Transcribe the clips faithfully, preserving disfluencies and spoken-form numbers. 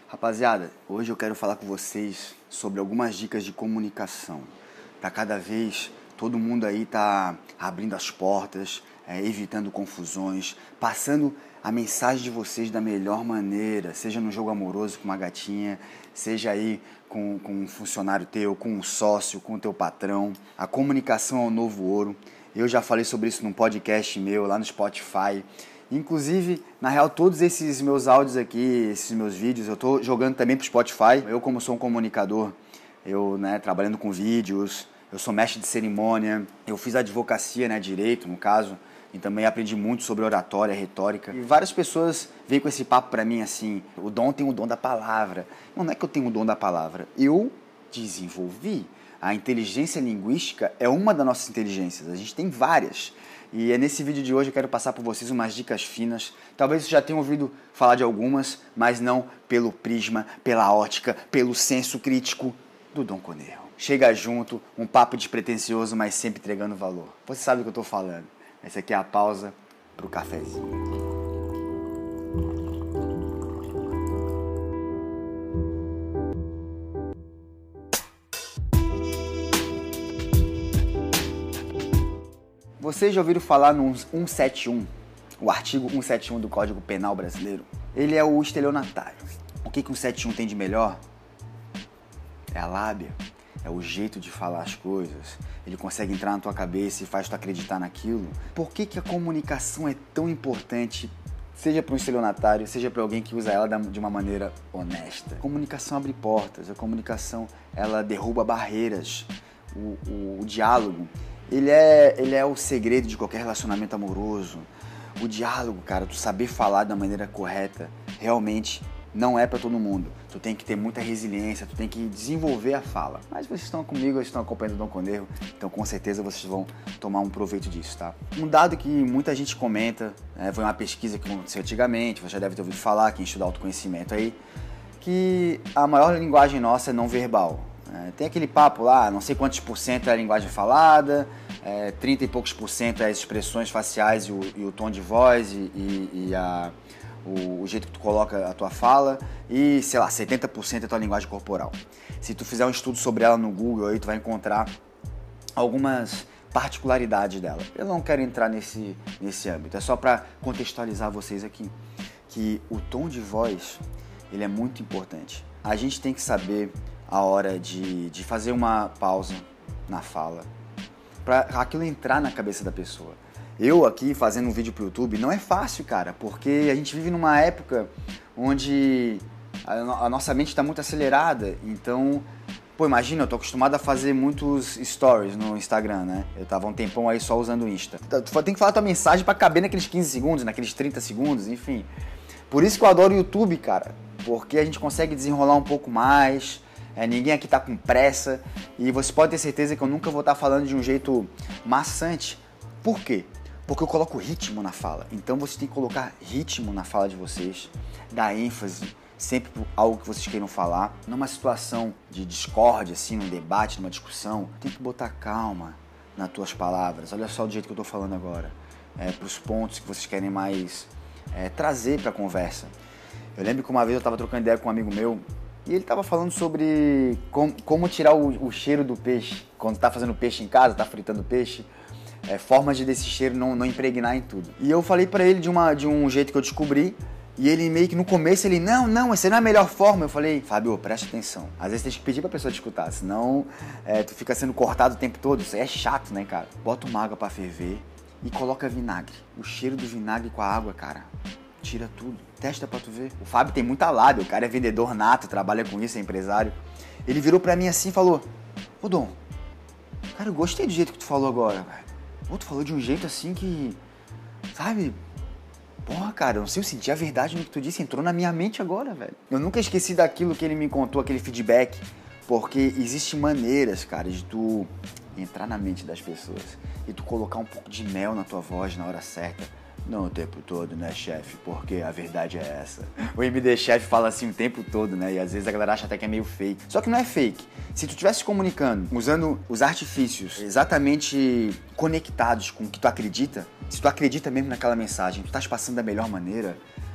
Rapaziada, hoje eu quero falar com vocês sobre algumas dicas de comunicação. Para cada vez todo mundo aí tá abrindo as portas, é, evitando confusões, passando a mensagem de vocês da melhor maneira, seja no jogo amoroso com uma gatinha, seja aí com, com um funcionário teu, com um sócio, com o teu patrão. A comunicação é o novo ouro. Eu já falei sobre isso num podcast meu lá no Spotify. Inclusive, na real, todos esses meus áudios aqui, esses meus vídeos, eu tô jogando também pro Spotify. Eu, como sou um comunicador, eu, né, trabalhando com vídeos, eu sou mestre de cerimônia, eu fiz advocacia, né, direito, no caso, e também aprendi muito sobre oratória, retórica. E várias pessoas vêm com esse papo pra mim assim, o Dom tem o dom da palavra. Não, não é que eu tenho o dom da palavra, eu desenvolvi. A inteligência linguística é uma das nossas inteligências, a gente tem várias. E é nesse vídeo de hoje eu quero passar por vocês umas dicas finas. Talvez vocês já tenham ouvido falar de algumas, mas não pelo prisma, pela ótica, pelo senso crítico do Dom Conejo. Chega junto, um papo despretensioso, mas sempre entregando valor. Você sabe do que eu estou falando. Essa aqui é a pausa para o cafezinho. Vocês já ouviram falar no cento e setenta e um, o artigo cento e setenta e um do Código Penal Brasileiro? Ele é o estelionatário. O que que o cento e setenta e um tem de melhor? É a lábia, é o jeito de falar as coisas. Ele consegue entrar na tua cabeça e faz tu acreditar naquilo. Por que que a comunicação é tão importante, seja para um estelionatário, seja para alguém que usa ela de uma maneira honesta? A comunicação abre portas, a comunicação ela derruba barreiras, o, o, o diálogo. Ele é, ele é o segredo de qualquer relacionamento amoroso. O diálogo, cara, tu saber falar da maneira correta, realmente não é pra todo mundo. Tu tem que ter muita resiliência, tu tem que desenvolver a fala. Mas vocês estão comigo, vocês estão acompanhando o Dom Conejo, então com certeza vocês vão tomar um proveito disso, tá? Um dado que muita gente comenta, né, foi uma pesquisa que aconteceu antigamente, você já deve ter ouvido falar, quem estuda autoconhecimento aí, que a maior linguagem nossa é não verbal. É, tem aquele papo lá, não sei quantos por cento é a linguagem falada, é, trinta e poucos por cento é as expressões faciais e o, e o tom de voz e, e, e a, o, o jeito que tu coloca a tua fala e, sei lá, setenta por cento é a tua linguagem corporal. Se tu fizer um estudo sobre ela no Google, aí tu vai encontrar algumas particularidades dela. Eu não quero entrar nesse, nesse âmbito, é só para contextualizar vocês aqui, que o tom de voz, ele é muito importante. A gente tem que saber a hora de, de fazer uma pausa na fala, para aquilo entrar na cabeça da pessoa. Eu aqui fazendo um vídeo pro YouTube não é fácil, cara, porque a gente vive numa época onde a, a nossa mente está muito acelerada, então, pô, imagina, eu tô acostumado a fazer muitos stories no Instagram, né? Eu tava um tempão aí só usando o Insta. Tu tem que falar tua mensagem para caber naqueles quinze segundos, naqueles trinta segundos, enfim. Por isso que eu adoro o YouTube, cara, porque a gente consegue desenrolar um pouco mais. É, ninguém aqui tá com pressa e você pode ter certeza que eu nunca vou estar falando de um jeito maçante. Por quê? Porque eu coloco ritmo na fala. Então vocês têm que colocar ritmo na fala de vocês, dar ênfase sempre por algo que vocês queiram falar. Numa situação de discórdia, assim, num debate, numa discussão, tem que botar calma nas tuas palavras. Olha só do jeito que eu tô falando agora, é, para os pontos que vocês querem mais é, trazer para a conversa. Eu lembro que uma vez eu estava trocando ideia com um amigo meu e ele estava falando sobre com, como tirar o, o cheiro do peixe. Quando tá fazendo peixe em casa, tá fritando peixe, é, formas de desse cheiro não, não impregnar em tudo. E eu falei para ele de, uma, de um jeito que eu descobri, e ele meio que no começo ele, não, não, essa não é a melhor forma. Eu falei, Fábio, presta atenção. Às vezes tem que pedir pra pessoa te escutar, senão é, tu fica sendo cortado o tempo todo. Isso aí é chato, né, cara? Bota uma água pra ferver e coloca vinagre. O cheiro do vinagre com a água, cara, tira tudo. Testa pra tu ver. O Fábio tem muita lábia, o cara é vendedor nato, trabalha com isso, é empresário. Ele virou pra mim assim e falou, ô Dom, cara, eu gostei do jeito que tu falou agora, velho. Pô, tu falou de um jeito assim que, sabe? Porra, cara, eu não sei, eu senti a verdade no que tu disse, entrou na minha mente agora, velho. Eu nunca esqueci daquilo que ele me contou, aquele feedback, porque existem maneiras, cara, de tu entrar na mente das pessoas e tu colocar um pouco de mel na tua voz na hora certa. Não o tempo todo, né, chefe? Porque a verdade é essa. O M D Chef fala assim o tempo todo, né? E às vezes a galera acha até que é meio fake. Só que não é fake. Se tu estivesse se comunicando, usando os artifícios exatamente conectados com o que tu acredita, se tu acredita mesmo naquela mensagem, tu estás passando da melhor maneira,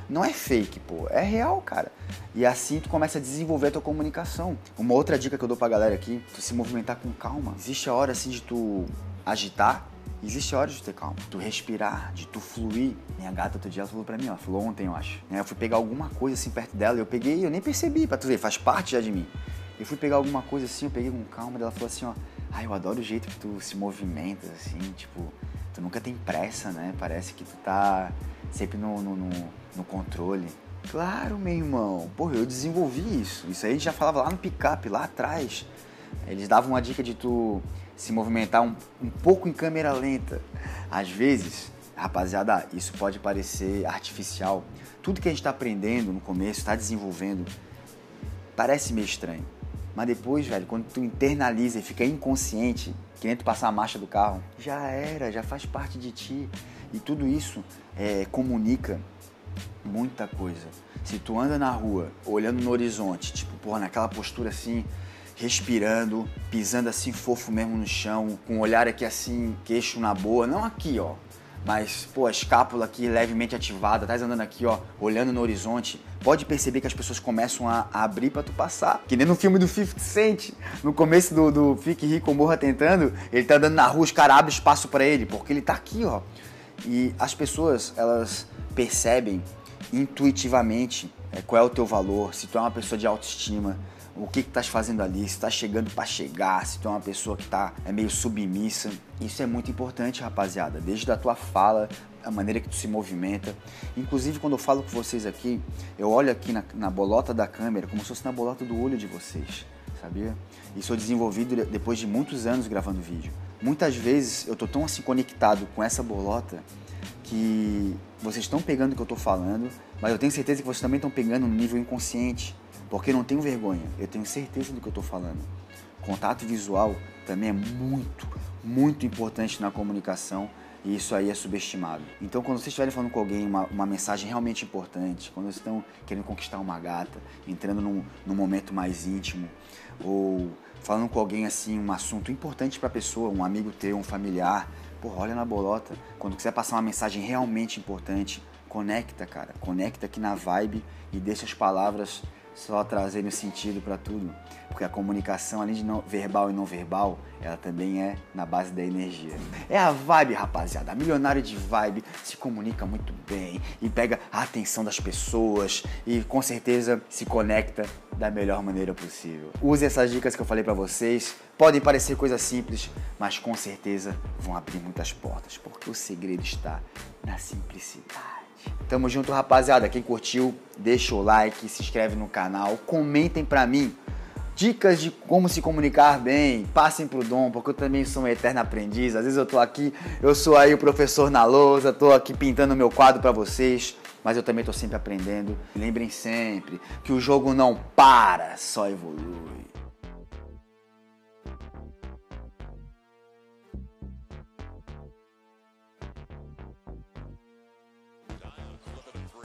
não é fake, pô, é real, cara. E assim tu começa a desenvolver a tua comunicação. Uma outra dica que eu dou pra galera aqui, tu se movimentar com calma. Existe a hora assim de tu agitar, existe a hora de ter calma, tu respirar, de tu fluir. Minha gata outro dia ela falou pra mim, ó, falou ontem eu acho. Eu fui pegar alguma coisa assim perto dela, eu peguei e eu nem percebi, pra tu ver, faz parte já de mim. Eu fui pegar alguma coisa assim, eu peguei com calma, ela falou assim, ó, ah, eu adoro o jeito que tu se movimenta, assim, tipo, tu nunca tem pressa, né? Parece que tu tá sempre no, no, no, no controle. Claro, meu irmão, porra, eu desenvolvi isso. Isso aí a gente já falava lá no picape, lá atrás. Eles davam uma dica de tu se movimentar um, um pouco em câmera lenta. Às vezes, rapaziada, isso pode parecer artificial. Tudo que a gente tá aprendendo no começo, tá desenvolvendo, parece meio estranho. Mas depois, velho, quando tu internaliza e fica inconsciente, querendo passar a marcha do carro, já era, já faz parte de ti. E tudo isso é, comunica muita coisa. Se tu anda na rua, olhando no horizonte, tipo, porra, naquela postura assim, respirando, pisando assim fofo mesmo no chão, com o olhar aqui assim, queixo na boa, não aqui, ó, mas, pô, a escápula aqui levemente ativada, tá andando aqui, ó, olhando no horizonte, pode perceber que as pessoas começam a, a abrir pra tu passar. Que nem no filme do fifty Cent, no começo do, do Fique Rico ou Morra Tentando, ele tá andando na rua, os caras abrem espaço pra ele, porque ele tá aqui, ó. E as pessoas, elas percebem intuitivamente é, qual é o teu valor, se tu é uma pessoa de autoestima, o que que estás fazendo ali, se tá chegando para chegar, se tu é uma pessoa que tá é meio submissa. Isso é muito importante, rapaziada, desde a tua fala, a maneira que tu se movimenta. Inclusive, quando eu falo com vocês aqui, eu olho aqui na, na bolota da câmera como se fosse na bolota do olho de vocês, sabia? Isso eu desenvolvi depois de muitos anos gravando vídeo. Muitas vezes eu tô tão assim conectado com essa bolota que vocês estão pegando o que eu tô falando, mas eu tenho certeza que vocês também estão pegando no nível inconsciente. Porque eu não tenho vergonha, eu tenho certeza do que eu estou falando. Contato visual também é muito, muito importante na comunicação e isso aí é subestimado. Então, quando vocês estiverem falando com alguém uma, uma mensagem realmente importante, quando vocês estão querendo conquistar uma gata, entrando num, num momento mais íntimo, ou falando com alguém assim, um assunto importante para a pessoa, um amigo teu, um familiar, porra, olha na bolota. Quando quiser passar uma mensagem realmente importante, conecta, cara, conecta aqui na vibe e deixa as palavras só trazendo sentido para tudo, porque a comunicação, além de não, verbal e não verbal, ela também é na base da energia. É a vibe, rapaziada. A Milionário de Vibe se comunica muito bem e pega a atenção das pessoas e com certeza se conecta da melhor maneira possível. Use essas dicas que eu falei para vocês. Podem parecer coisas simples, mas com certeza vão abrir muitas portas, porque o segredo está na simplicidade. Tamo junto, rapaziada. Quem curtiu, deixa o like, se inscreve no canal, comentem pra mim dicas de como se comunicar bem, passem pro Dom, porque eu também sou um eterno aprendiz. Às vezes eu tô aqui, eu sou aí o professor na lousa, tô aqui pintando meu quadro pra vocês, mas eu também tô sempre aprendendo. Lembrem sempre que o jogo não para, só evolui.